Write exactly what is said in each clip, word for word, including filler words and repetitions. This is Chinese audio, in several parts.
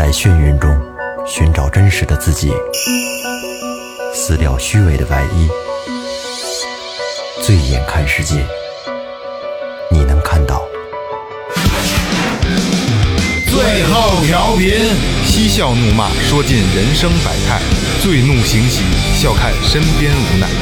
在眩晕中寻找真实的自己，撕掉虚伪的外衣，醉眼看世界，你能看到。 最后调频， 嬉笑怒骂，说尽人生百态；醉怒行喜，笑看身边无奈。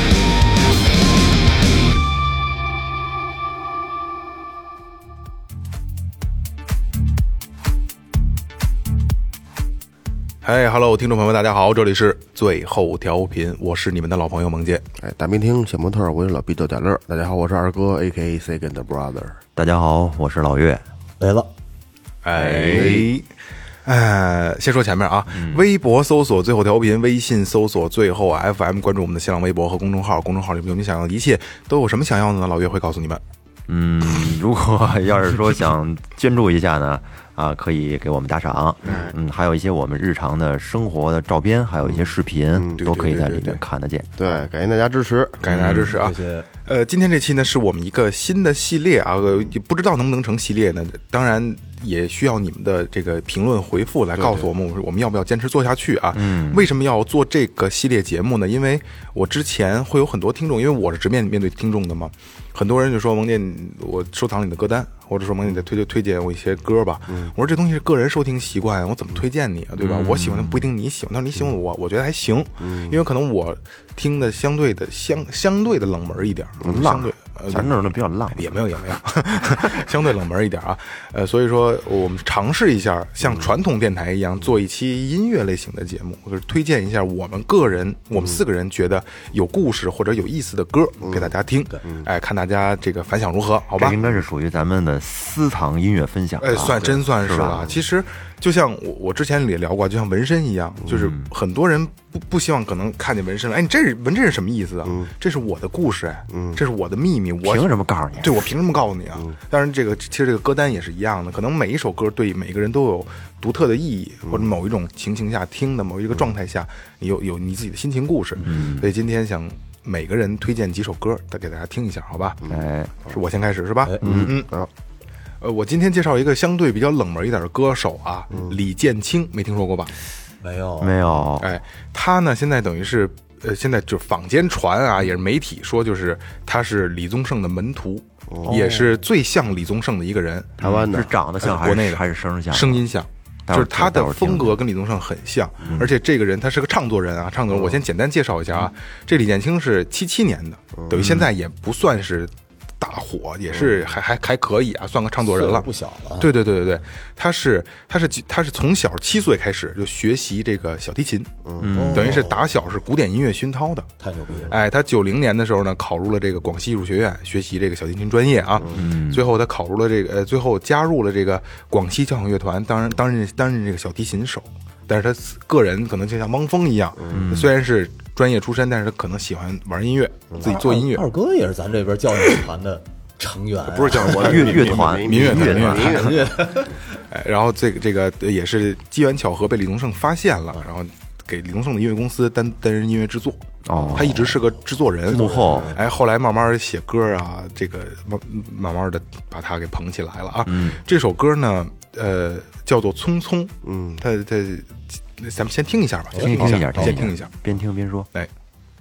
嗨哈喽，听众朋友们，大家好，这里是最后调频，我是你们的老朋友萌姐。 哎，大明听小模特，我是老毕逗点乐。大家好，我是二哥 A K A Second Brother。 大家好，我是老岳。 来了。 哎，哎，先说前面啊，嗯、微博搜索最后调频，微信搜索最后 F M， 关注我们的新浪微博和公众号，公众号里面有你想要的一切，都有什么想要的呢？老岳会告诉你们。 嗯，如果要是说想捐助一下呢，啊，可以给我们打赏。嗯，还有一些我们日常的生活的照片，还有一些视频，嗯、都可以在里面看得见。 对，感谢大家支持， 感谢大家支持啊！ 谢谢。 呃，今天这期呢是我们一个新的系列啊，呃，不知道能不能成系列呢？当然也需要你们的这个评论回复来告诉我们，我我们要不要坚持做下去啊？嗯，为什么要做这个系列节目呢？因为我之前会有很多听众，因为我是直面面对听众的嘛，很多人就说萌姐，我收藏你的歌单，或者说萌姐推就推荐我一些歌吧。嗯，我说这东西是个人收听习惯，我怎么推荐你啊？对吧？嗯、我喜欢的不一定你喜欢，但是你喜欢我，我觉得还行。嗯，因为可能我听的相对的相相对的冷门一点，相对。 咱这儿比较浪， 也没有也没有，相对冷门一点啊。呃，所以说我们尝试一下，像传统电台一样做一期音乐类型的节目，就是推荐一下我们个人，我们四个人觉得有故事或者有意思的歌给大家听。哎，看大家这个反响如何，好吧？ 这应该是属于咱们的私藏音乐分享。 哎，算真算是了。其实就像我我之前也聊过，就像纹身一样，就是很多人不不希望可能看见纹身了，哎，你这是纹身是什么意思啊？这是我的故事，哎，这是我的秘密。我凭什么告诉你？ 对，我凭什么告诉你啊？嗯、当然，这个其实这个歌单也是一样的，可能每一首歌对每个人都有独特的意义，嗯、或者某一种情形下听的某一个状态下，你有有你自己的心情故事。嗯，所以今天想每个人推荐几首歌，再给大家听一下，好吧？哎，是我先开始是吧？嗯嗯嗯。呃，我今天介绍一个相对比较冷门一点的歌手啊，嗯、李建清，没听说过吧？ 没有， 没有。 哎，他呢现在等于是。呃，现在就坊间传啊，也是媒体说，就是他是李宗盛的门徒，哦、也是最像李宗盛的一个人。 台湾的是长得像还是、呃、国内的还是声像？ 声音像，就是他的风格跟李宗盛很像，嗯、而且这个人他是个唱作人啊，唱作人。我先简单介绍一下啊，嗯、这李建清是七七年的，嗯、等于现在也不算是大火，也是还还还可以啊，算个唱作人了， 不小了。 对对对对对，他是他是他是从小七岁开始就学习这个小提琴，嗯，等于是打小是古典音乐熏陶的， 太牛逼了。 哎，他九零年的时候呢，考入了这个广西艺术学院学习这个小提琴专业啊，嗯，最后他考入了这个呃，最后加入了这个广西交响乐团，当然担任担任这个小提琴手。但是他个人可能就像汪峰一样，嗯、虽然是专业出身，但是他可能喜欢玩音乐，嗯、自己做音乐。 二哥也是咱这边交响团的成员、啊， 不是交响乐乐团、 民乐团、 民乐。 哎，然后这个这个也是机缘巧合被李宗盛发现了，然后给李宗盛的音乐公司担担任音乐制作。哦，他一直是个制作人， 幕后。 哎，后来慢慢写歌啊，这个慢慢慢的把他给捧起来了啊。嗯、这首歌呢，呃，叫做《匆匆》。嗯，他他，咱们先听一下吧， 听一下， 先听一下， 边听边说。 哎。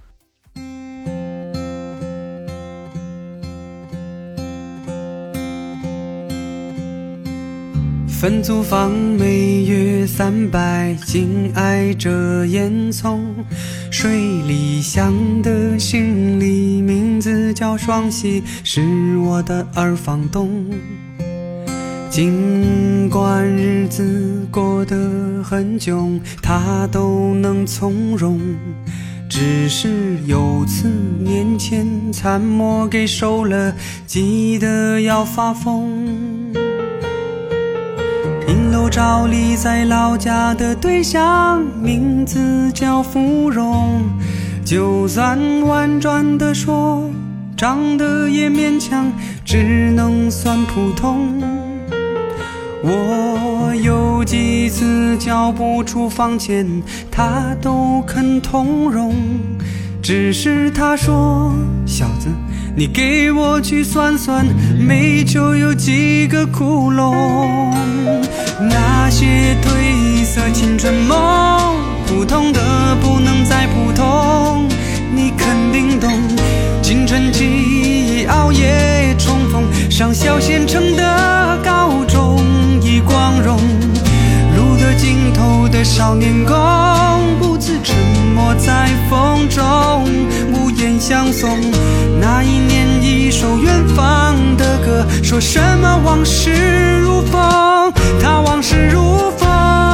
分租房每月三百，紧挨着烟囱，水里响的行李，名字叫双喜，是我的二房东。尽管日子过得很窘，他都能从容，只是有次年前参谋给收了，急得要发疯。银楼照例在老家的对象，名字叫芙蓉，就算婉转地说，长得也勉强，只能算普通。我有几次交不出房钱，他都肯通融，只是他说，小子你给我去算算，煤球有几个窟窿。那些褪色青春梦，普通的不能再普通，你肯定懂。青春记忆熬夜重逢，上小县城的高中已光荣，路的尽头的少年宫，不自沉默在风中，无言相送。那一年一首远方的歌，说什么往事如风，他往事如风。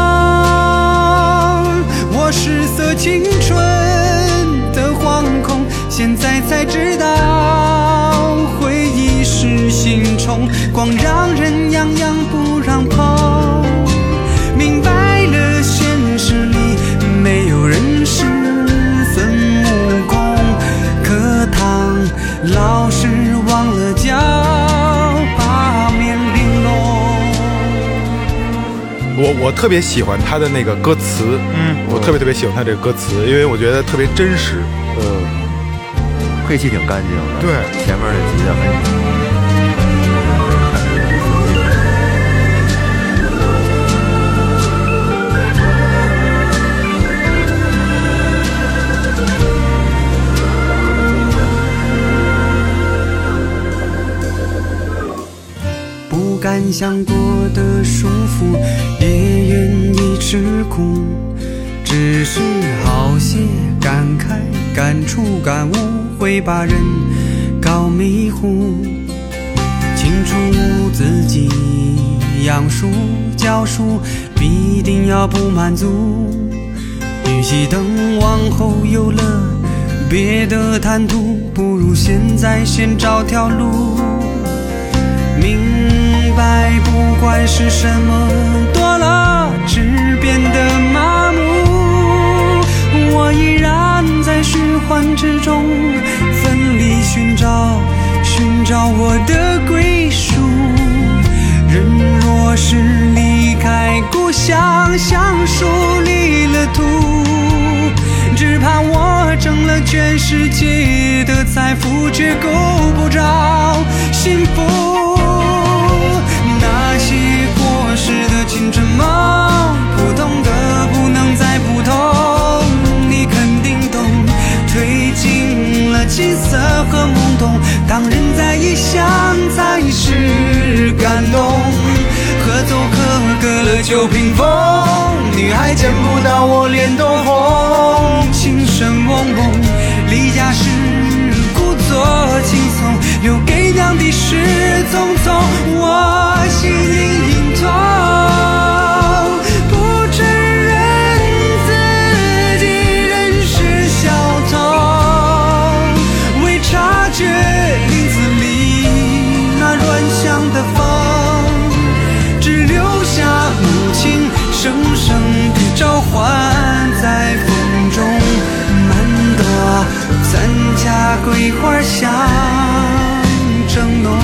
我失色青春的惶恐，现在才知道回忆是心虫，光让人痒痒不让碰。明白了现实里没有人是孙悟空，课堂老师忘了教八面玲珑。 我我特别喜欢他的那个歌词，嗯，我特别特别喜欢他这个歌词，因为我觉得特别真实， 嗯，配器挺干净的， 对， 前面的吉他很。 不敢想过的束缚，也愿意吃苦，只是好些感慨、感触、感悟，会把人搞迷糊。清楚自己养书教书，必定要不满足。与其等往后有了别的谈吐，不如现在先找条路。明白不管是什么多了，只变得麻木。我依然在循环之中奋力寻找，寻找我的归属。人若是离开故乡，像树离了土，只怕我挣了全世界的财富，却够不着幸福。那些过时的青春梦，普通的不能再普通，你肯定懂。褪尽了青涩和懵懂，当人在异乡才是感动。合奏可隔了九屏风，女孩见不到我脸都红。情深朦胧，离家时故作轻松，留给娘的是匆匆。我心隐隐痛，不承认自己仍是小偷，未察觉林子里那软香的风，只留下母亲声声的召唤在风中。满朵咱家桂花香正浓，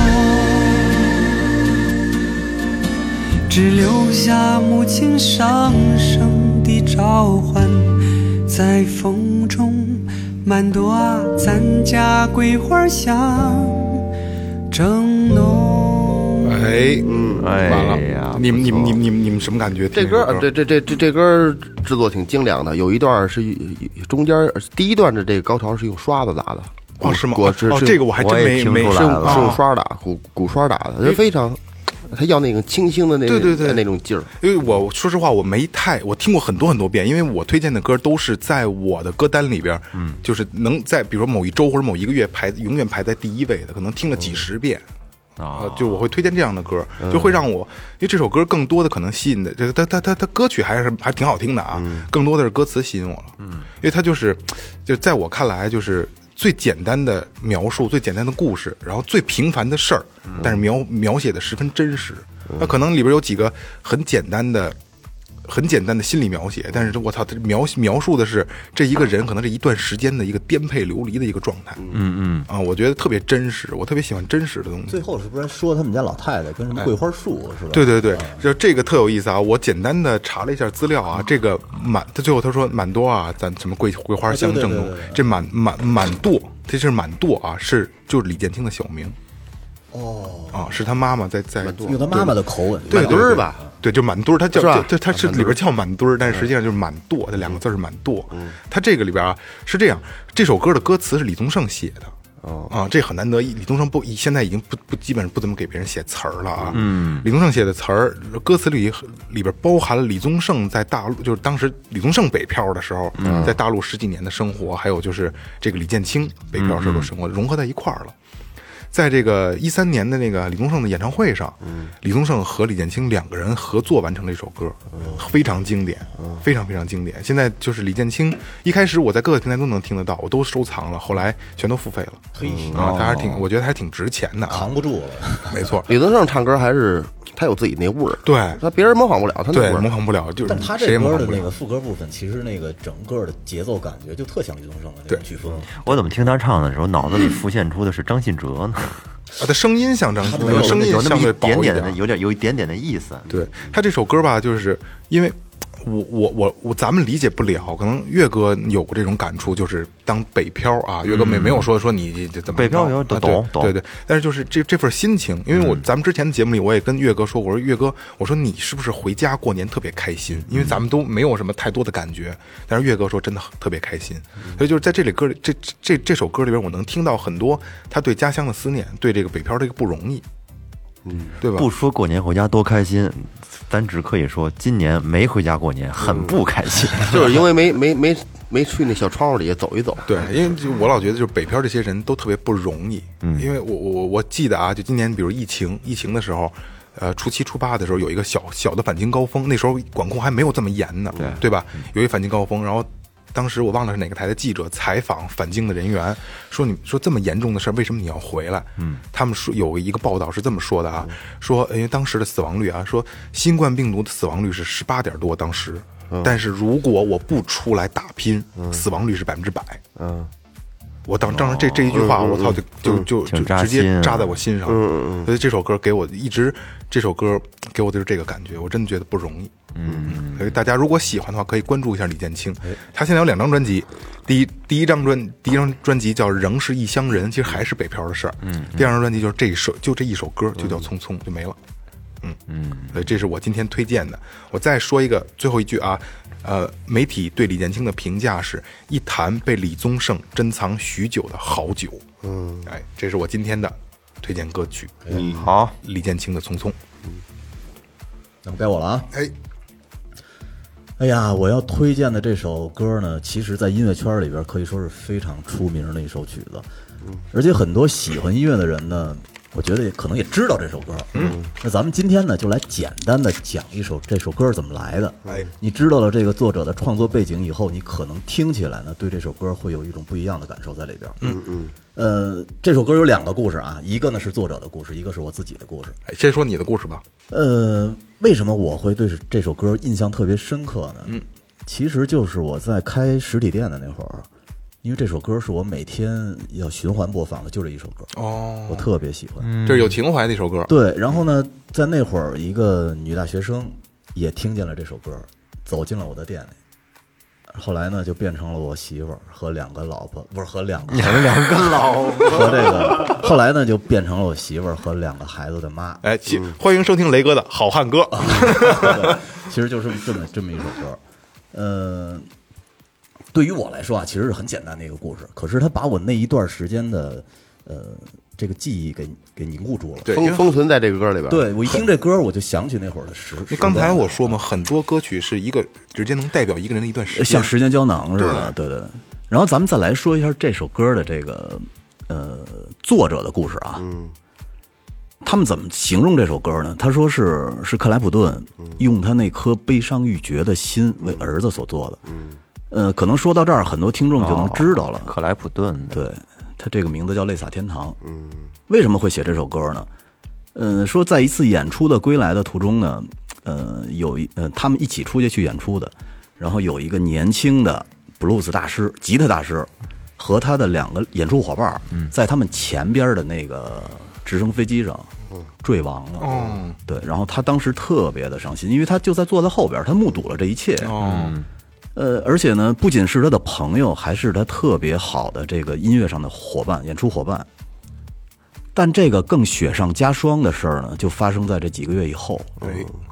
只留下母亲声声的召唤在风中。满朵啊，咱家桂花香正浓。 哎， 嗯， 哎完了呀， 你们你们你们你们你们什么感觉？ 这歌，这这这这这歌制作挺精良的，有一段是中间第一段的这个高潮是用刷子打的。 哦，是吗？ 我是哦，这个我还真没没是用是用刷打，鼓鼓刷打的，就非常。他要那个轻轻的那对对对那种劲儿， 因为我说实话我没太我听过很多很多遍，因为我推荐的歌都是在我的歌单里边，嗯，就是能在比如说某一周或者某一个月排永远排在第一位的，可能听了几十遍。啊、呃，就我会推荐这样的歌，就会让我，因为这首歌更多的可能吸引的，这个它它它它歌曲还是还挺好听的啊，嗯、更多的是歌词吸引我了，嗯，因为它就是，就在我看来就是最简单的描述，最简单的故事，然后最平凡的事儿，但是描描写的十分真实，那可能里边有几个很简单的。很简单的心理描写，但是我操，他描描述的是这一个人可能这一段时间的一个颠沛流离的一个状态。 嗯嗯啊，我觉得特别真实，我特别喜欢真实的东西。 最后是不是说他们家老太太跟什么桂花树、哎、是吧？ 对对对，就这个特有意思啊！我简单的查了一下资料啊，这个满，他最后他说满多啊，咱什么桂桂花香正浓，这满满满舵，这是满舵啊，是就是李建清的小名。哦啊，是他妈妈在在用他妈妈的口吻， 对对对吧？ 对，就满堆儿，它叫是吧这它是里边叫满堆儿，但是实际上就是满舵，这两个字是满舵。它这个里边啊是这样，这首歌的歌词是李宗盛写的。哦啊，这很难得。李宗盛不现在已经不不基本上不怎么给别人写词儿了啊。嗯，李宗盛写的词儿，歌词里里边包含了李宗盛在大陆，就是当时李宗盛北漂的时候，嗯、在大陆十几年的生活，还有就是这个李建清北漂时候的生活、嗯、融合在一块儿了。在这个一三年的那个李宗盛的演唱会上，嗯，李宗盛和李建清两个人合作完成了一首歌，嗯、非常经典，嗯、非常非常经典。现在就是李建清，一开始我在各个平台都能听得到，我都收藏了，后来全都付费了。 嘿、 嗯，啊，他还挺，我觉得还挺值钱的、啊， 扛不住了。 没错， 李宗盛唱歌还是他有自己那味儿， 对， 他别人模仿不了他那味儿， 对，模仿不了，就是但他这歌的那个副歌部分，其实那个整个的节奏感觉就特像李宗盛的那种曲风。 我怎么听他唱的时候，脑子里浮现出的是张信哲呢？ 啊，他声音像张信哲，声音相对薄一点的，有点有一点点的意思。 对他这首歌吧，就是因为我我我我咱们理解不了，可能岳哥有过这种感触，就是当北漂啊，岳哥没没有说说你怎么北漂有懂懂， 对对，但是就是这这份心情，因为我咱们之前的节目里我也跟岳哥说，我说岳哥，我说你是不是回家过年特别开心？因为咱们都没有什么太多的感觉，但是岳哥说真的特别开心，所以就是在这里歌里，这这这首歌里边，我能听到很多他对家乡的思念，对这个北漂这个不容易。嗯，对吧？ 不说过年回家多开心，咱只可以说今年没回家过年，很不开心， 嗯、就是因为没没没没去那小窗户里走一走。 对，因为就我老觉得就是北漂这些人都特别不容易。嗯，因为我我我记得啊，就今年比如疫情疫情的时候，呃，初七初八的时候有一个小小的返京高峰，那时候管控还没有这么严呢，对对吧？有一返京高峰，然后。当时我忘了是哪个台的记者采访返京的人员，说你说这么严重的事儿，为什么你要回来？嗯，他们说有一个报道是这么说的啊，说因为当时的死亡率啊，说新冠病毒的死亡率是十八点多，当时，但是如果我不出来打拼，死亡率是百分之百。嗯，我当当时这这一句话，我操，就就就就直接扎在我心上。嗯嗯，所以这首歌给我一直，这首歌给我就是这个感觉，我真的觉得不容易。嗯，所以大家如果喜欢的话，可以关注一下李建清。他现在有两张专辑，第一第一张专第一张专辑叫《仍是异乡人》，其实还是北漂的事儿。嗯，第二张专辑就是这一首，就这一首歌，就叫《匆匆》，就没了。嗯嗯，所以这是我今天推荐的。我再说一个最后一句啊，呃，媒体对李建清的评价是一坛被李宗盛珍藏许久的好酒。嗯，哎，这是我今天的推荐歌曲。 嗯，好， 李建清的《匆匆》。 嗯，那么该我了啊。 哎。 哎呀，我要推荐的这首歌呢，其实在音乐圈里边可以说是非常出名的一首曲子，而且很多喜欢音乐的人呢，我觉得也可能也知道这首歌。嗯，那咱们今天呢，就来简单的讲一首这首歌怎么来的。哎，你知道了这个作者的创作背景以后，你可能听起来呢，对这首歌会有一种不一样的感受在里边。嗯嗯。呃，这首歌有两个故事啊，一个呢是作者的故事，一个是我自己的故事。 哎，先说你的故事吧。 呃，为什么我会对这首歌印象特别深刻呢？嗯，其实就是我在开实体店的那会儿，因为这首歌是我每天要循环播放的，就这一首歌。哦，我特别喜欢， 嗯、这是有情怀的一首歌。 对，然后呢，在那会儿，一个女大学生也听见了这首歌，走进了我的店里。后来呢，就变成了我媳妇儿和两个老婆，不是和两个两两个老婆和这个。后来呢，就变成了我媳妇儿和两个孩子的妈。 哎，嗯、欢迎收听雷哥的好汉歌。 其实就是这么这么一首歌。呃，对于我来说啊，其实是很简单的一个故事，可是他把我那一段时间的呃这个记忆给给凝固住了， 封封存在这个歌里边。 对，我一听这歌，我就想起那会儿的时。 刚才我说嘛，很多歌曲是一个直接能代表一个人的一段时间， 像时间胶囊似的。对对。然后咱们再来说一下这首歌的这个呃作者的故事啊。嗯。他们怎么形容这首歌呢？他说是是克莱普顿用他那颗悲伤欲绝的心为儿子所做的。嗯。呃，可能说到这儿，很多听众就能知道了。 哦、克莱普顿。 对。他这个名字叫《泪洒天堂》。嗯，为什么会写这首歌呢？呃，说在一次演出的归来的途中呢，呃，有一呃，他们一起出去去演出的，然后有一个年轻的布鲁斯大师、吉他大师和他的两个演出伙伴，在他们前边的那个直升飞机上坠亡了。哦，对，然后他当时特别的伤心，因为他就在坐在后边，他目睹了这一切。哦。呃，而且呢，不仅是他的朋友，还是他特别好的这个音乐上的伙伴、演出伙伴。但这个更雪上加霜的事儿呢，就发生在这几个月以后。对，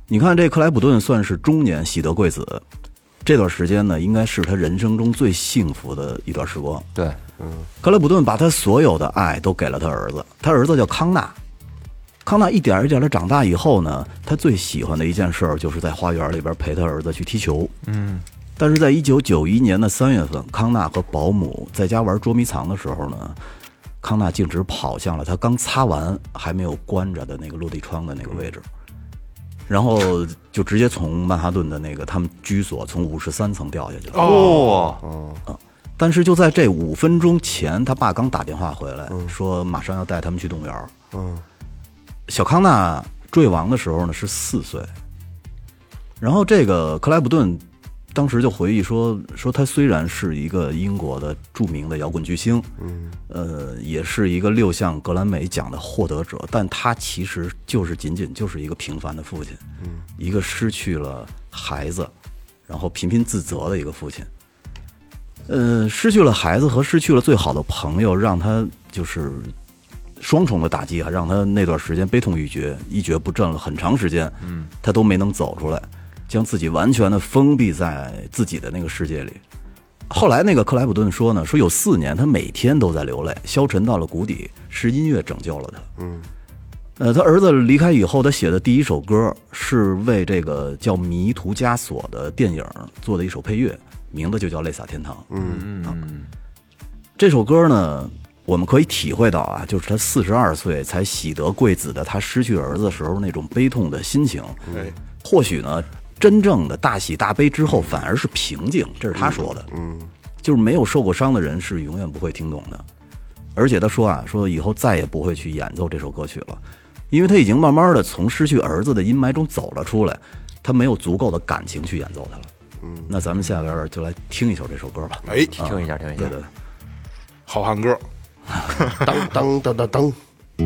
你看这克莱普顿算是中年喜得贵子，这段时间呢，应该是他人生中最幸福的一段时光。 对， 嗯，克莱普顿把他所有的爱都给了他儿子，他儿子叫康纳。康纳一点一点的长大以后呢，他最喜欢的一件事就是在花园里边陪他儿子去踢球。嗯，但是在一九九一年的三月份，康纳和保姆在家玩捉迷藏的时候呢，康纳径直跑向了他刚擦完还没有关着的那个落地窗的那个位置，然后就直接从曼哈顿的那个他们居所从五十三层掉下去了。 哦， 哦，但是就在这五分钟前，他爸刚打电话回来，嗯、说马上要带他们去动物园。嗯，小康纳坠亡的时候呢是四岁，然后这个克莱普顿当时就回忆说，说他虽然是一个英国的著名的摇滚巨星，嗯，呃，也是一个六项格兰美奖的获得者，但他其实就是仅仅就是一个平凡的父亲，嗯，一个失去了孩子，然后频频自责的一个父亲。呃，失去了孩子和失去了最好的朋友，让他就是双重的打击啊，让他那段时间悲痛欲绝，一蹶不振了很长时间，嗯，他都没能走出来，将自己完全的封闭在自己的那个世界里。后来那个克莱普顿说呢，说有四年他每天都在流泪，消沉到了谷底，是音乐拯救了他。嗯，呃，他儿子离开以后，他写的第一首歌是为这个叫《迷途枷锁》的电影做的一首配乐，名字就叫《泪洒天堂》。嗯嗯、啊，这首歌呢，我们可以体会到啊，就是他四十二岁才喜得贵子的他失去儿子的时候那种悲痛的心情。对，或许呢，真正的大喜大悲之后反而是平静，这是他说的。嗯，就是没有受过伤的人是永远不会听懂的。而且他说啊，说以后再也不会去演奏这首歌曲了，因为他已经慢慢的从失去儿子的阴霾中走了出来，他没有足够的感情去演奏它了。嗯，那咱们下边就来听一首这首歌吧。 哎， 听一下，听一下。 对对， 好汉歌。 当当当当当，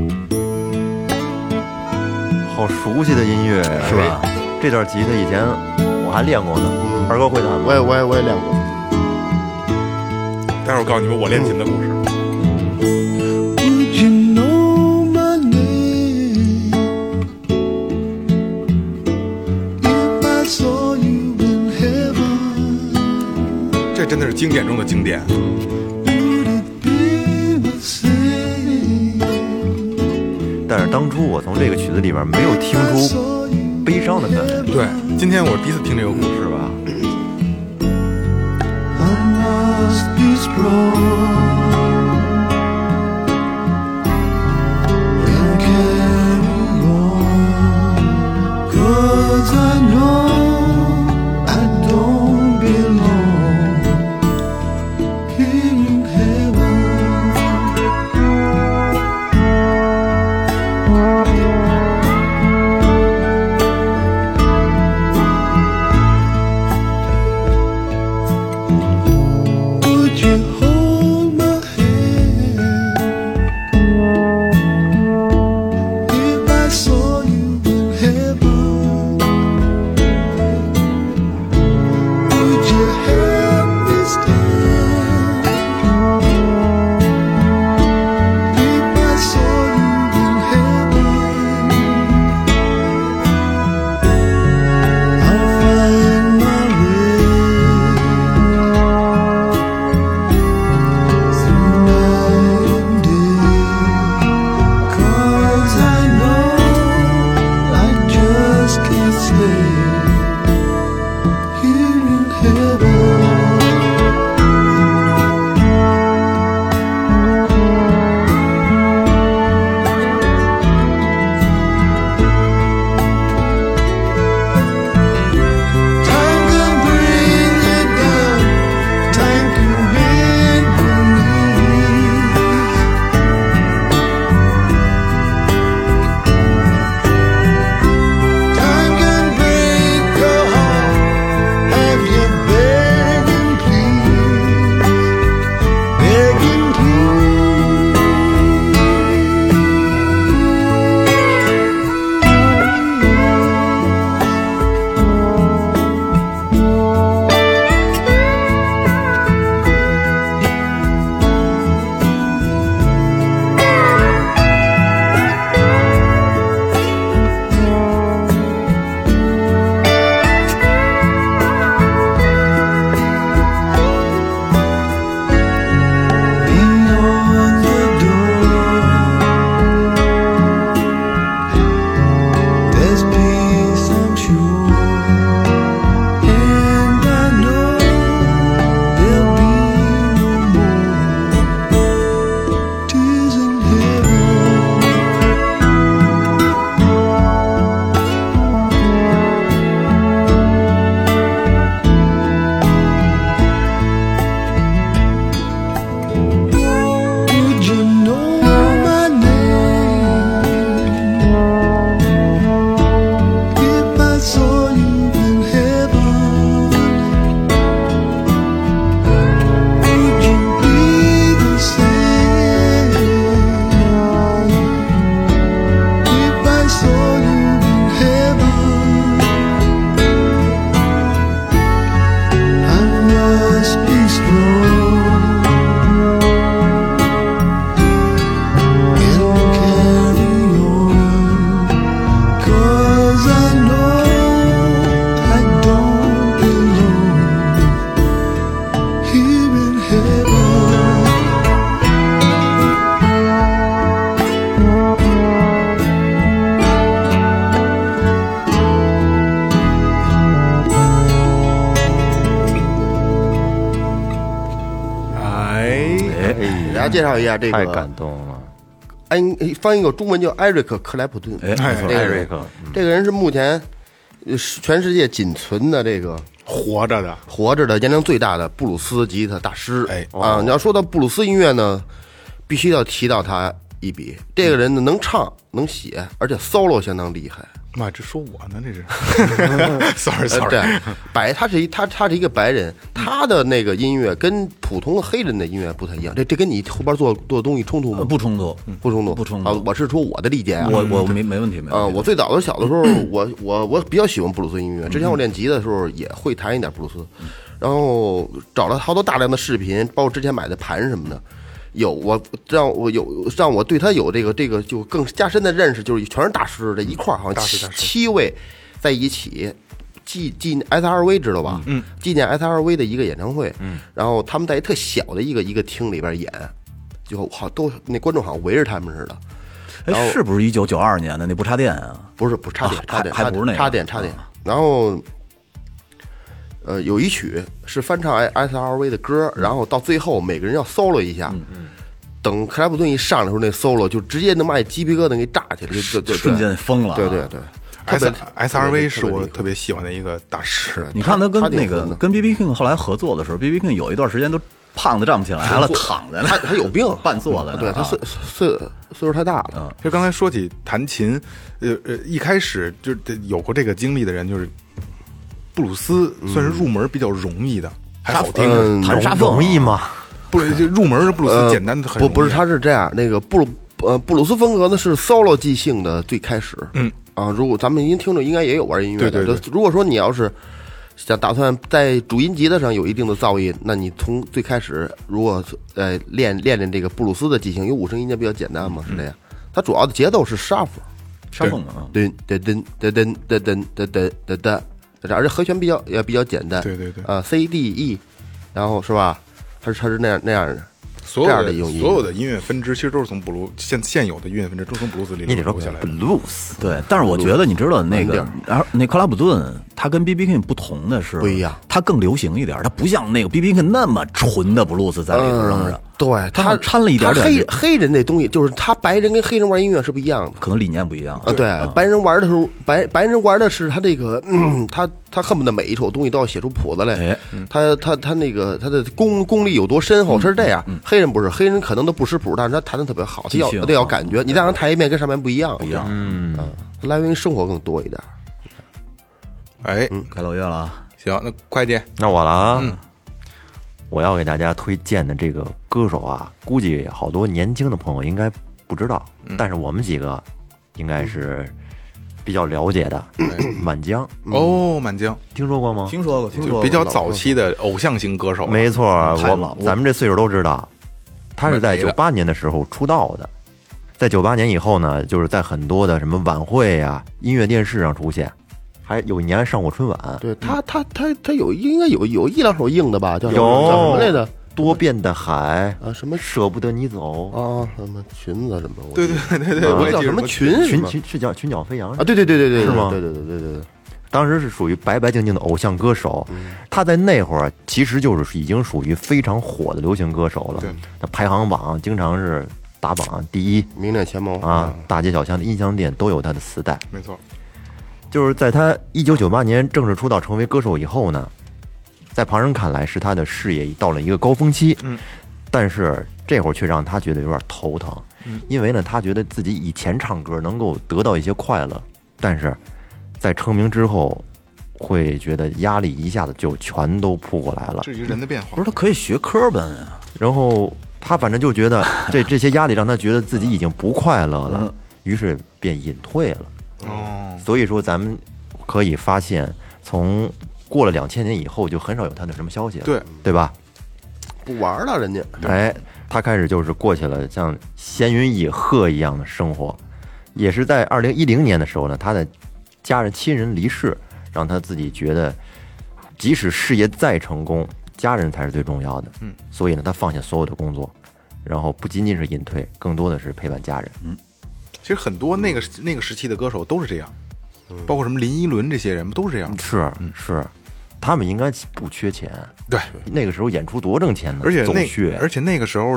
好熟悉的音乐是吧？这段吉他以前我还练过呢。二哥会弹吗？ 我也我也我也练过。 待会儿我告诉你们我练琴的故事。这真的是经典中的经典。 但是当初我从这个曲子里面没有听出悲伤的氛围。 对，今天我第一次听这个故事吧。 家介绍一下这个， 太感动了。 哎，翻译个中文叫艾瑞克·克莱普顿。 哎， 这个人，这个人是目前全世界仅存的这个活着的、 活着的年龄最大的布鲁斯吉他大师。 哎啊，你要说到布鲁斯音乐呢，必须要提到他一笔。这个人呢，能唱能写，而且 solo 相当厉害。 妈，这说我呢，这是，sorry 呃 sorry， 对，白他是一他他是一个白人，他的那个音乐跟普通的黑人的音乐不太一样。这这跟你后边做做东西冲突吗？ 不冲突， 不冲突， 不冲突啊！我是说我的理解啊， 我我没没问题，没啊， 问题。 我最早的小的时候，我我我比较喜欢布鲁斯音乐。之前我练吉的时候也会弹一点布鲁斯，然后找了好多大量的视频，包括之前买的盘什么的。有我让我有让我对他有这个这个就更加深的认识，就是全是大师这一块儿，好像七七位在一起纪纪念 S R V 知道吧？嗯，纪念 S R V 的一个演唱会。嗯，然后他们在一特小的一个一个厅里边演，就好都那观众好像围着他们似的。 哎，是不是一九九二年的那不插电啊？ 不是，不插电，插电， 还不是那个插电，插电。然后。呃，有一曲是翻唱 S R V 的歌，然后到最后每个人要 solo 一下，嗯、等克莱普顿一上来的时候，那 solo 就直接能把鸡皮疙瘩给炸起来，就就瞬间疯了、啊。 对对对 ，S S R V 是我特别喜欢的一个大师。 你看他跟那个跟 B B King 后来合作的时候 ，B B King 有一段时间都胖的站不起来了，躺在那， 他他有病， 半坐在那， 对他岁岁岁数太大了。 其实刚才说起弹琴，呃呃，一开始就有过这个经历的人就是。布鲁斯算是入门比较容易的，还好听。 嗯、 弹沙容易吗？ 不是，就入门的布鲁斯简单的很、 呃。不不是，他是这样，那个布鲁呃布鲁斯风格呢是 solo 即兴的最开始。嗯啊，如果咱们您听众应该也有玩音乐的， 对对对。 如果说你要是想打算在主音吉他上有一定的造诣，那你从最开始如果呃练练练这个布鲁斯的即兴，因为五声音阶比较简单嘛，是这样。它主要的节奏是沙弗， 沙凤啊， 噔噔噔噔噔噔噔噔噔噔。而且和弦比较也比较简单， 对对对， 啊 ，C D E， 然后是吧？它是它是那样那样的， 所有的所有的音乐分支其实都是从布鲁现现有的音乐分支都从布鲁斯里你得说下来的。 blues， 对，但是我觉得你知道那个，然后那克拉普顿他跟 B B King 不同的是不一样， 他更流行一点，他不像那个 B B King 那么纯的布鲁斯在里头扔着。 对他掺了一点点黑黑人那东西，就是他白人跟黑人玩音乐是不一样的， 可能理念不一样啊。对，白人玩的时候，白白人玩的是他这个，嗯，他他恨不得每一首东西都要写出谱子来。他他他那个他的功功力有多深厚，他是这样。黑人不是，黑人可能都不识谱，但是他弹的特别好，他要他要感觉，你让他弹一遍跟上面不一样， 不一样。 嗯，来源于生活更多一点。 哎， 开老岳了， 行，那快点， 那我了啊。我要给大家推荐的这个歌手啊，估计好多年轻的朋友应该不知道，嗯、但是我们几个应该是比较了解的。嗯、满江哦，满江听说过吗？ 听说过，听说过。 比较早期的偶像型歌手， 没错，我咱们这岁数都知道，他是在九八年的时候出道的，在九八年以后呢，就是在很多的什么晚会啊、音乐电视上出现。还有一年上过春晚， 对他，他他他有应该有有一两首硬的吧？叫有叫什么来着？ 多变的海啊，什么舍不得你走啊，什么裙子什么？ 对对对对，我叫什么裙？ 裙裙是叫裙角飞扬啊？对对对对对， 是吗？ 对对对对对对， 当时是属于白白净净的偶像歌手，他在那会儿其实就是已经属于非常火的流行歌手了。他排行榜经常是打榜第一， 名列前茅啊，大街小巷的音像店都有他的磁带。 没错。 就是在他一九九八年正式出道成为歌手以后呢，在旁人看来是他的事业到了一个高峰期，嗯，但是这会儿却让他觉得有点头疼，嗯，因为呢，他觉得自己以前唱歌能够得到一些快乐，但是在成名之后，会觉得压力一下子就全都扑过来了。 这是人的变化， 不是他可以学科班啊， 然后他反正就觉得这这些压力让他觉得自己已经不快乐了，于是便隐退了。 哦， 所以说咱们可以发现，从过了两千年以后，就很少有他的什么消息了， 对对吧？ 不玩了，人家哎，他开始就是过起了像闲云野鹤一样的生活，也是在二零一零年的时候呢，他的家人亲人离世，让他自己觉得，即使事业再成功，家人才是最重要的。嗯，所以呢，他放下所有的工作，然后不仅仅是隐退，更多的是陪伴家人。嗯。 其实很多那个那个时期的歌手都是这样，包括什么林依轮这些人都是这样。 是是，他们应该不缺钱。 对， 那个时候演出多挣钱呢， 而且那而且那个时候的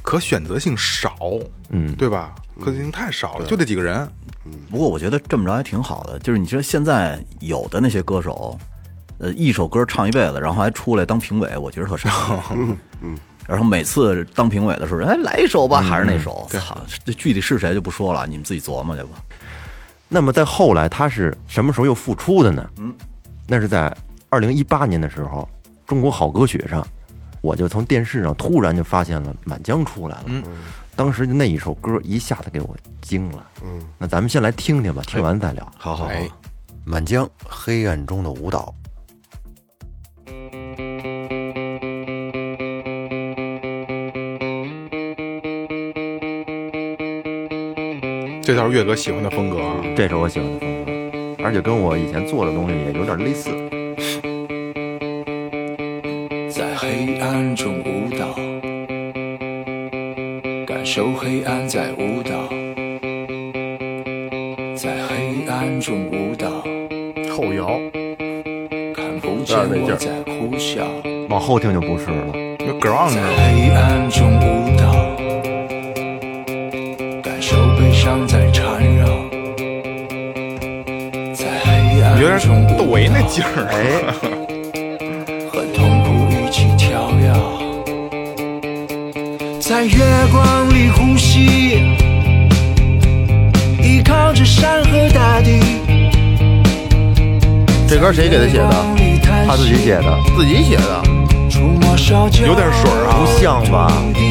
可选择性少， 嗯， 对吧？可选择性太少了，就这几个人。 不过我觉得这么着还挺好的，就是你说现在有的那些歌手，呃，一首歌唱一辈子，然后还出来当评委，我觉得特傻。嗯嗯。然后每次当评委的时候，哎，来一首吧，还是那首。操，这具体是谁就不说了，你们自己琢磨去吧。 那么在后来，他是什么时候又复出的呢？嗯，那是在二零一八年的时候，中国好歌曲上，我就从电视上突然就发现了《满江》出来了。嗯，当时就那一首歌一下子给我惊了。嗯，那咱们先来听听吧，听完再聊。 好好好， 《满江》黑暗中的舞蹈。 这倒是岳哥喜欢的风格啊， 这是我喜欢的风格，而且跟我以前做的东西也有点类似。 在黑暗中舞蹈，感受黑暗在舞蹈，在黑暗中舞蹈， 后摇， 看不见我在哭笑， 往后听就不是了， 有 ground 在黑暗中舞蹈。悲伤在缠绕，在黑暗有点窦唯那劲儿， 哎， 和痛苦一起跳跃，在月光里呼吸，依靠着山和大地。 这歌谁给他写的？ 他自己写的， 自己写的， 有点水啊， 不像吧？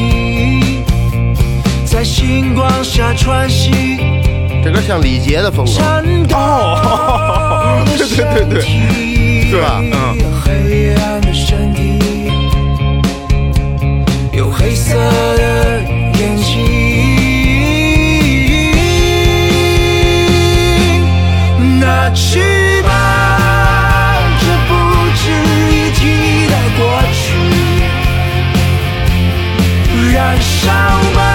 在星光下穿行， 这歌像李杰的风格。 哦，对对对对， 是吧？ 嗯。 黑暗的身体，有黑色的眼睛，拿去吧，这不值一提的过去，燃烧吧。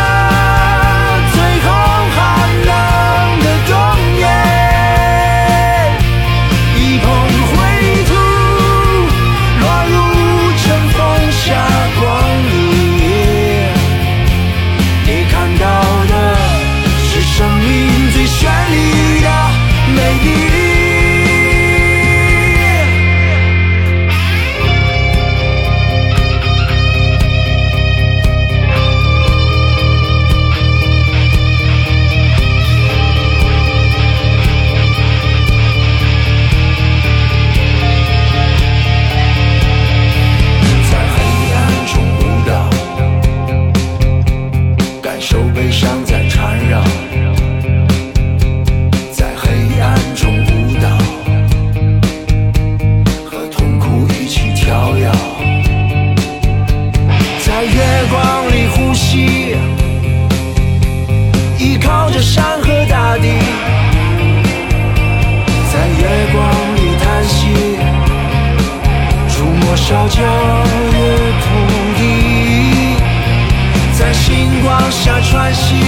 烧焦的土地，在星光下穿行，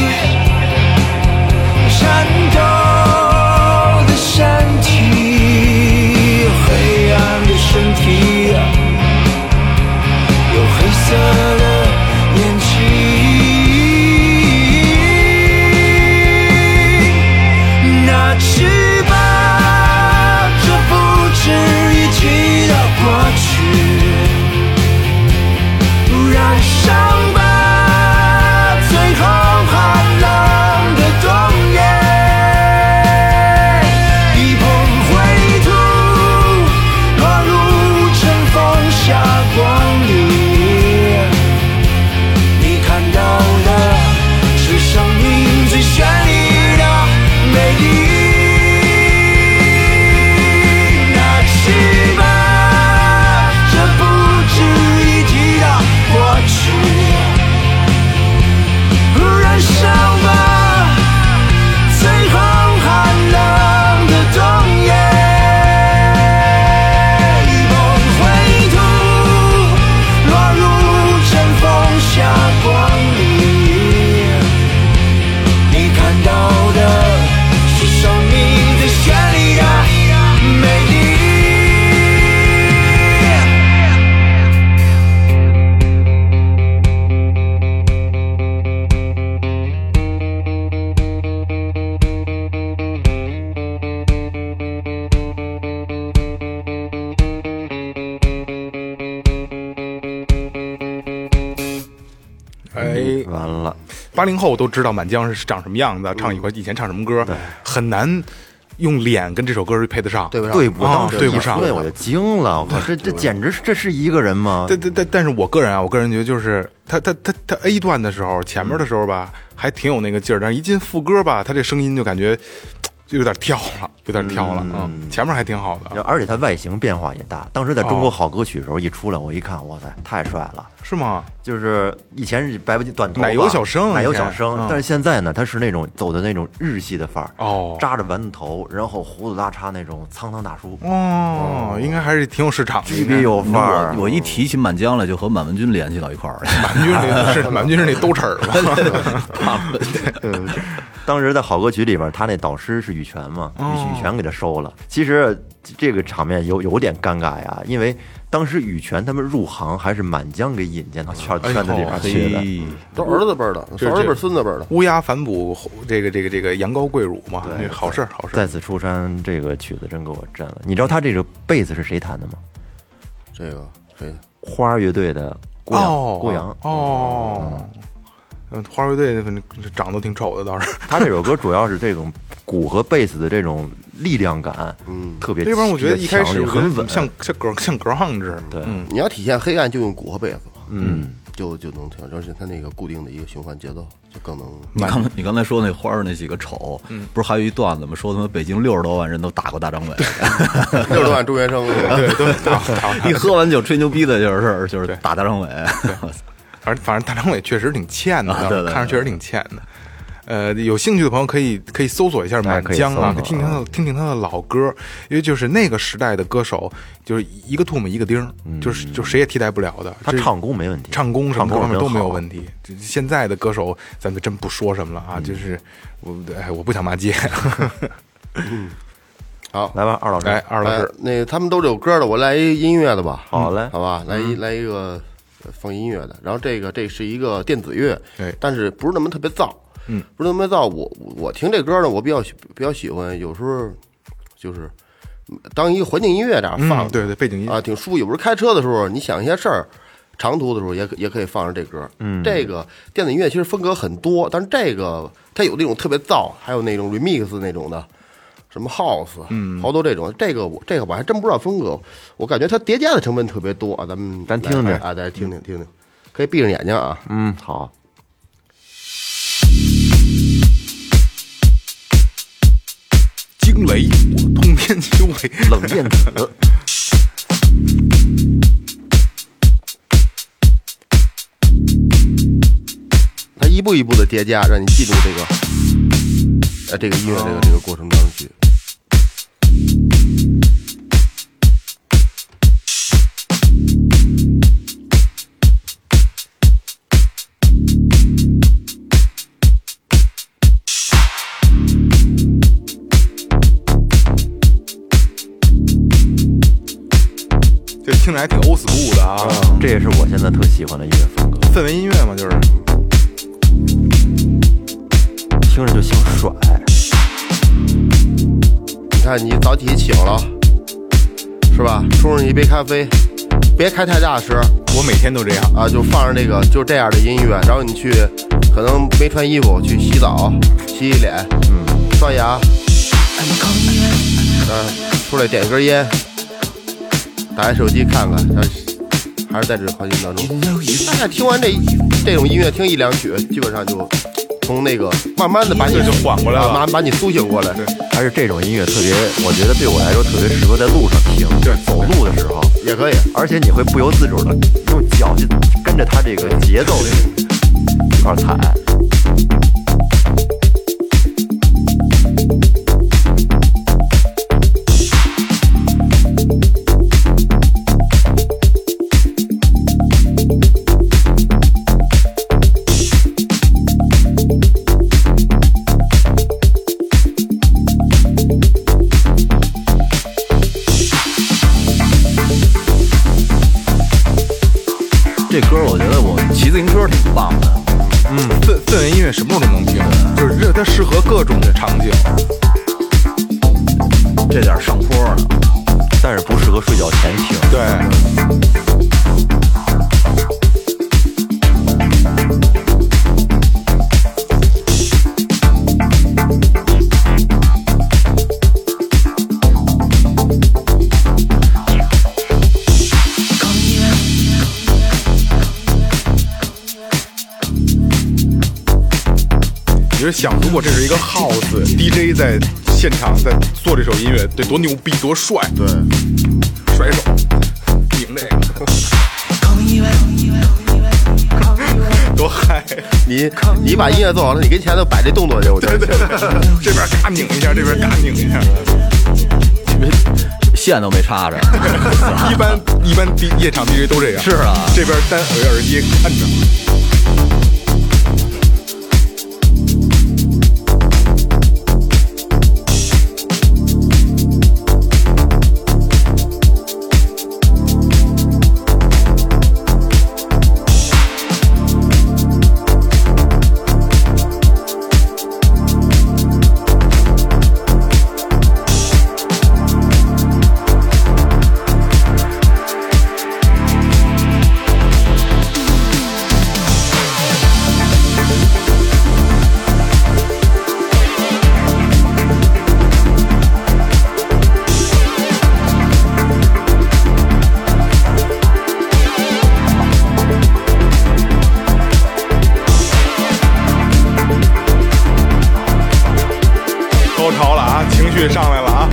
颤抖的身体，黑暗的身体，有黑色的眼睛，拿去吧，这不值一提的过去。燃烧吧，最后寒冷的冬夜，一捧灰土落入尘为完了， 八零后都知道满江是长什么样子，唱以以前唱什么歌，很难用脸跟这首歌配得上， 对不上， 对不上， 对不上， 对，我就惊了，我靠，这这简直是这是一个人吗？ 对对对，但是我个人啊，我个人觉得就是他他他他 A 段的时候，前面的时候吧，还挺有那个劲儿，但是一进副歌吧，他这声音就感觉就有点跳了，有点跳了啊、嗯。前面还挺好的， 而且他外形变化也大。当时在中国好歌曲的时候一出来，我一看，哇塞，太帅了， 是吗？ 就是以前是白不短头发， 奶油小生， 奶油小生， 嗯、 但是现在呢，他是那种走的那种日系的范儿， 哦， 扎着丸子头，然后胡子拉碴那种苍苍大叔， 哦，哦应该还是挺有市场的， 特别有范儿。 我一提起满江来，就和满文军联系到一块儿了。 满文军那是满文军是那兜齿儿吧？对，当时在好歌曲里边，他那导师是羽泉嘛，羽、哦、羽泉给他收了。其实这个场面有有点尴尬呀，因为当时羽泉他们入行还是满江给引荐到圈圈子里边去的， 哎、都儿子辈的，儿子辈孙子辈的。 乌鸦反哺这个这个这个羊羔跪乳嘛，对，好事好事。 再次出山这个曲子真给我震了。你知道他这个贝斯是谁弹的吗？ 这个谁？ 花儿乐队的郭阳， 哦、 郭阳哦。嗯，花乐队反正长得挺丑的，倒是。 他这首歌主要是这种鼓和贝斯的这种力量感，嗯，特别。 这边我觉得一开始很稳， 像像格像格汉制。 对、 嗯， 你要体现黑暗就用鼓和贝斯， 嗯， 就就能听，而且他那个固定的一个循环节奏就更能。 你刚才你刚才说那花儿那几个丑，嗯、不是还有一段子吗？说他们北京六十多万人都打过大张伟， 六十多万中学生， 对，都打。 一喝完酒吹牛逼的就是就是打大张伟。 反正反正大张伟确实挺欠的， 啊、对对对看着确实挺欠的。呃，有兴趣的朋友可以可以搜索一下满江啊，听听他的听听他的老歌，因为就是那个时代的歌手，就是一个唾沫一个钉，嗯、就是就谁也替代不了的。 他唱功没问题， 唱功什么方面都没有问题。现在的歌手咱们真不说什么了啊，嗯、就是我哎我不想骂街。 嗯，好， 来吧，二老师， 来二老师， 那个他们都有歌的，我来一音乐的吧。 好嘞， 好吧，来一来一个。放音乐的，然后这个这是一个电子乐， 对， 但是不是那么特别燥，嗯，不是那么燥。我我听这歌呢，我比较比较喜欢，有时候就是当一个环境音乐这样放， 嗯、对对，背景音啊，挺舒服。有时候开车的时候，你想一些事儿，长途的时候也也可以放上这歌。嗯，这个电子音乐其实风格很多，但是这个它有那种特别燥，还有那种 remix 那种的。什么 house， 嗯，好多这种，这个我这个我还真不知道风格，我感觉它叠加的成分特别多啊，咱们咱听听啊，大家听听听听，可以闭上眼睛啊， 嗯，好。 惊雷，我通天修为， 冷电子。 它一步一步的叠加，让你记住这个，呃，这个音乐这个这个过程当中去。 这听着还挺 old school 的啊、 嗯，这也是我现在特喜欢的音乐风格， 氛围音乐嘛，就是听着就想甩。 你看，你早起醒了，是吧？冲上一杯咖啡，别开太大声。 我每天都这样啊，就放上这个就这样的音乐，然后你去，可能没穿衣服去洗澡、洗洗脸，嗯，刷牙，啊，出来点根烟。打开手机看看，还是在这环境当中。大家听完这这种音乐，听一两曲，基本上就从那个慢慢的把你就缓过来了， 慢慢把你苏醒过来。 还是这种音乐特别，我觉得对我来说特别适合在路上听，就是走路的时候也可以。 而且你会不由自主的用脚去跟着它这个节奏一块踩。 这歌我觉得我骑自行车挺棒的， 嗯，氛氛围音乐什么时候都能听，就是这它适合各种场景。 这点上坡呢， 但是不适合睡觉前听。 对。 你就想，如果这是一个 house D J 在现场在做这首音乐，得多牛逼，多帅！ 对， 甩手，拧这个，多嗨！ 你你把音乐做好了，你跟前头摆这动作去，我觉得对对对，这边嘎拧一下，这边嘎拧一下， 线都没插着。 一般一般夜场 D J 都这样。 是啊， 这边单耳耳机看着。上来了啊！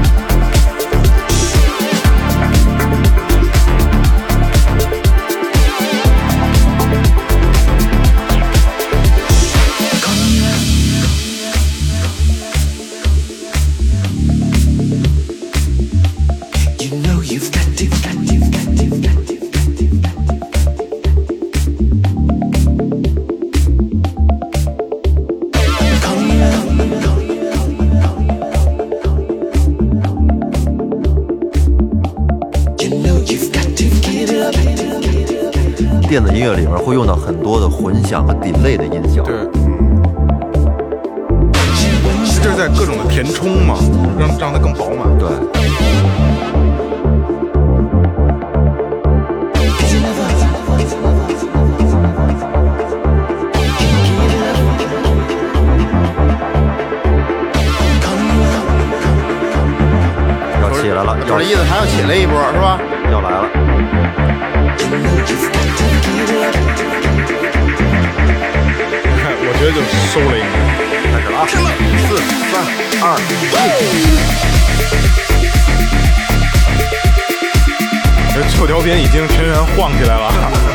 电子音乐里面会用到很多的混响和 delay 的音效。 对，这是在各种的填充嘛，让让它更饱满。 对。要起来了， 有这意思，还要起来一波是吧？ 要来了。 我觉得就收了一个， 开始了啊！四、三、二、 一。这臭条边已经全员晃起来了。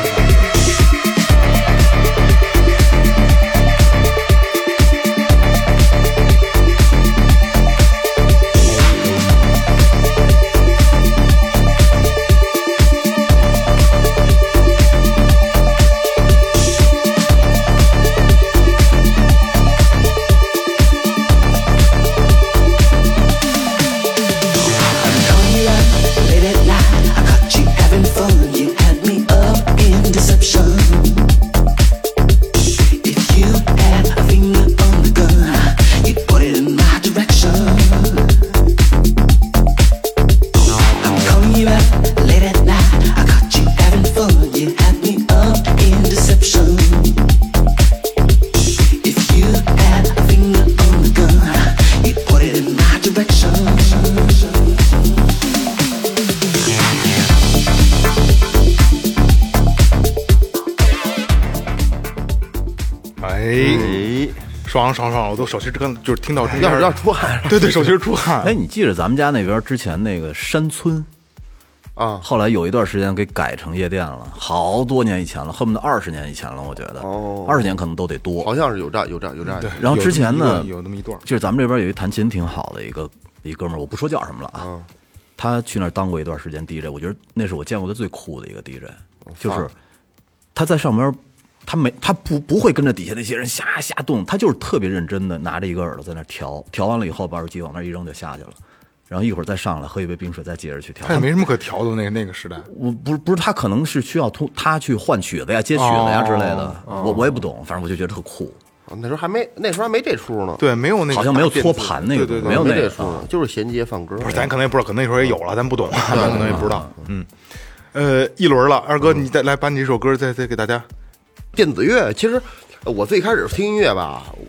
爽爽爽！我都手心这个就是听到中间要要出汗， 对对，手心出汗。 哎，你记着咱们家那边之前那个山村啊， 后来有一段时间给改成夜店了，好多年以前了，恨不得二十年以前了，我觉得， 哦， 二十年可能都得多， 好像是有这有这有这。 对， 然后之前呢， 有那么一段， 就是咱们这边有一弹琴挺好的一个一哥们儿，我不说叫什么了啊，嗯、他去那儿当过一段时间 D J， 我觉得那是我见过的最酷的一个 D J， 就是他在上面。他没，他不不会跟着底下那些人瞎瞎动，他就是特别认真的拿着一个耳朵在那调，调完了以后把耳机往那一扔就下去了，然后一会儿再上来喝一杯冰水，再接着去调。 他也没什么可调的，那个那个时代。 我不是不是，他可能是需要通他去换曲子呀、接曲子呀之类的，哦、我我也不懂，反正我就觉得特酷。 那时候还没，那时候还没这出呢。 对，没有那个， 好像没有搓盘那个， 对对对， 没有那个出呢，就是衔接放歌。 不是，咱可能也不知道，可能那时候也有了，咱不懂，咱可能也不知道。嗯，呃，一轮了，二哥，你再来把你这首歌再再给大家。 电子乐其实，我最开始听音乐吧，我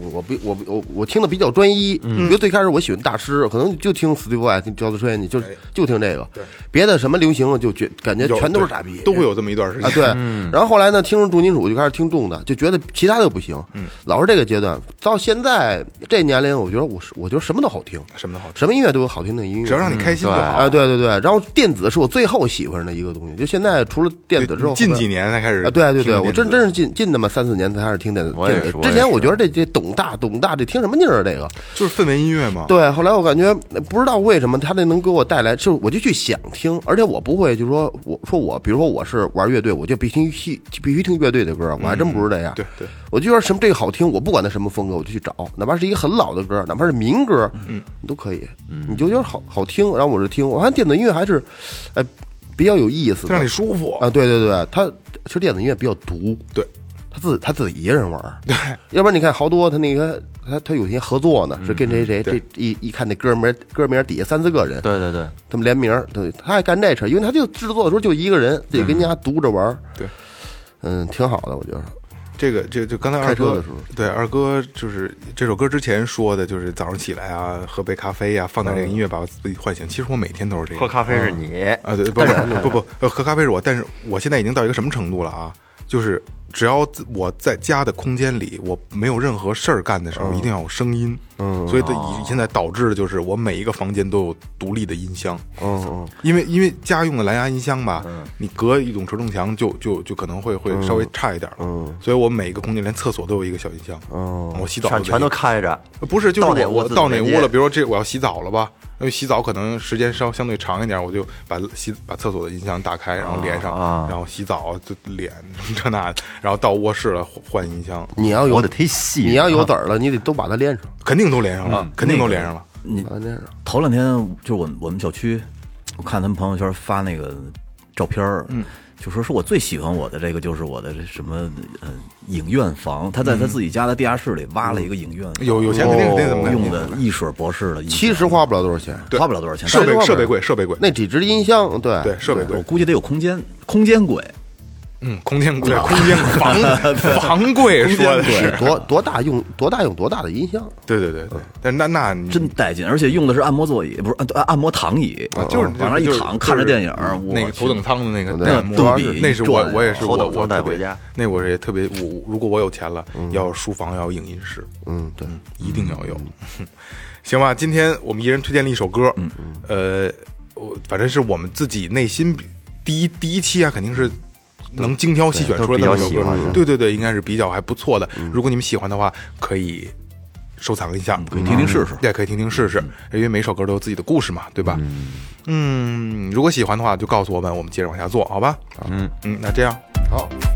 我比我我我听的比较专一。比如最开始我喜欢大师，可能就听 Steve Vai 听焦子吹，你就就听这个，别的什么流行就觉感觉全都是傻逼， 都会有这么一段时间啊。对，然后后来呢，听着重金属就开始听重的，就觉得其他的不行。嗯，老是这个阶段，到现在这年龄，我觉得我是我觉得什么都好听， 什么都好听， 什么音乐都有好听的音乐， 只要让你开心就好啊。对对对，然后电子是我最后喜欢的一个东西，就现在除了电子之后， 近几年才开始啊。对对对，我真真是近近那么三四年才开始听电子。电子之前我觉得这这懂大懂大这听什么劲儿？这个就是氛围音乐嘛。 对，后来我感觉不知道为什么他这能给我带来，就我就去想听，而且我不会就是说我说我比如说我是玩乐队，我就必须必须听乐队的歌，我还真不是这样。 对对， 我就说什么这个好听，我不管它什么风格，我就去找，哪怕是一个很老的歌，哪怕是民歌，嗯，都可以，你就觉得好好听，然后我就听。我看电子音乐还是，哎，比较有意思的， 让你舒服啊。对对对，它其实电子音乐比较毒， 对。 他自己他自己一个人玩，对，要不然你看好多他那个他他有些合作呢，是跟谁谁这一一看那歌名歌名底下三四个人， 对对对， 他们联名，对，他还干这事，因为他就制作的时候就一个人自己跟家独着玩， 对， 嗯，挺好的，我觉得。 这个这就刚才二哥开车的时候， 对二哥就是这首歌之前说的，就是早上起来啊，喝杯咖啡啊，放点这个音乐把我自己唤醒。其实我每天都是这样。 喝咖啡是你啊？对，不不不不，喝咖啡是我，但是我现在已经到一个什么程度了啊？就是只要我在家的空间里，我没有任何事儿干的时候，一定要有声音。嗯，所以以现在导致的就是我每一个房间都有独立的音箱。嗯嗯，因为因为家用的蓝牙音箱吧，你隔一堵承重墙就就就可能会会稍微差一点了。嗯，所以我每个空间连厕所都有一个小音箱。嗯，我洗澡全都开着。 不是，就是我我到哪屋了，比如说这我要洗澡了吧。因为洗澡可能时间稍相对长一点，我就把洗把厕所的音箱打开，然后连上，啊、然后洗澡就脸这那，然后到卧室了换音箱。 你要有我得忒细， 你要有籽儿了，你得都把它连上， 肯定都连上了，嗯、肯定都连上了。 你头两天就是我我们小区，我看他们朋友圈发那个照片儿，嗯。就说是我最喜欢我的这个就是我的什么呃影院房，他在他自己家的地下室里挖了一个影院， 嗯、有有钱肯定肯定怎么用的一水博士的， 其实花不了多少钱， 花不了多少钱， 设备设备贵，设备贵， 那几只音箱，对对设备贵， 我估计得有空间，空间贵。 嗯，空间贵，空间房房贵，说的是多多大用多大用多大的音箱？ 对对对对，但那那真带劲，而且用的是按摩座椅，不是按按摩躺椅， 就是往那一躺看着电影， 那个头等舱的那个那摩比，那是我我也是我我带回家， 那我也特别，我如果我有钱了，要有书房，要有影音室， 嗯，对， 一定要有。行吧，今天我们一人推荐了一首歌，嗯呃，我反正是我们自己内心第一第一期啊，肯定是。能精挑细选出来的首歌，对对对，应该是比较还不错的。如果你们喜欢的话，可以收藏一下， 可以听听试试。 对，可以听听试试，因为每首歌都有自己的故事嘛，对吧？嗯，如果喜欢的话，就告诉我们，我们接着往下做，好吧？ 嗯嗯，那这样好。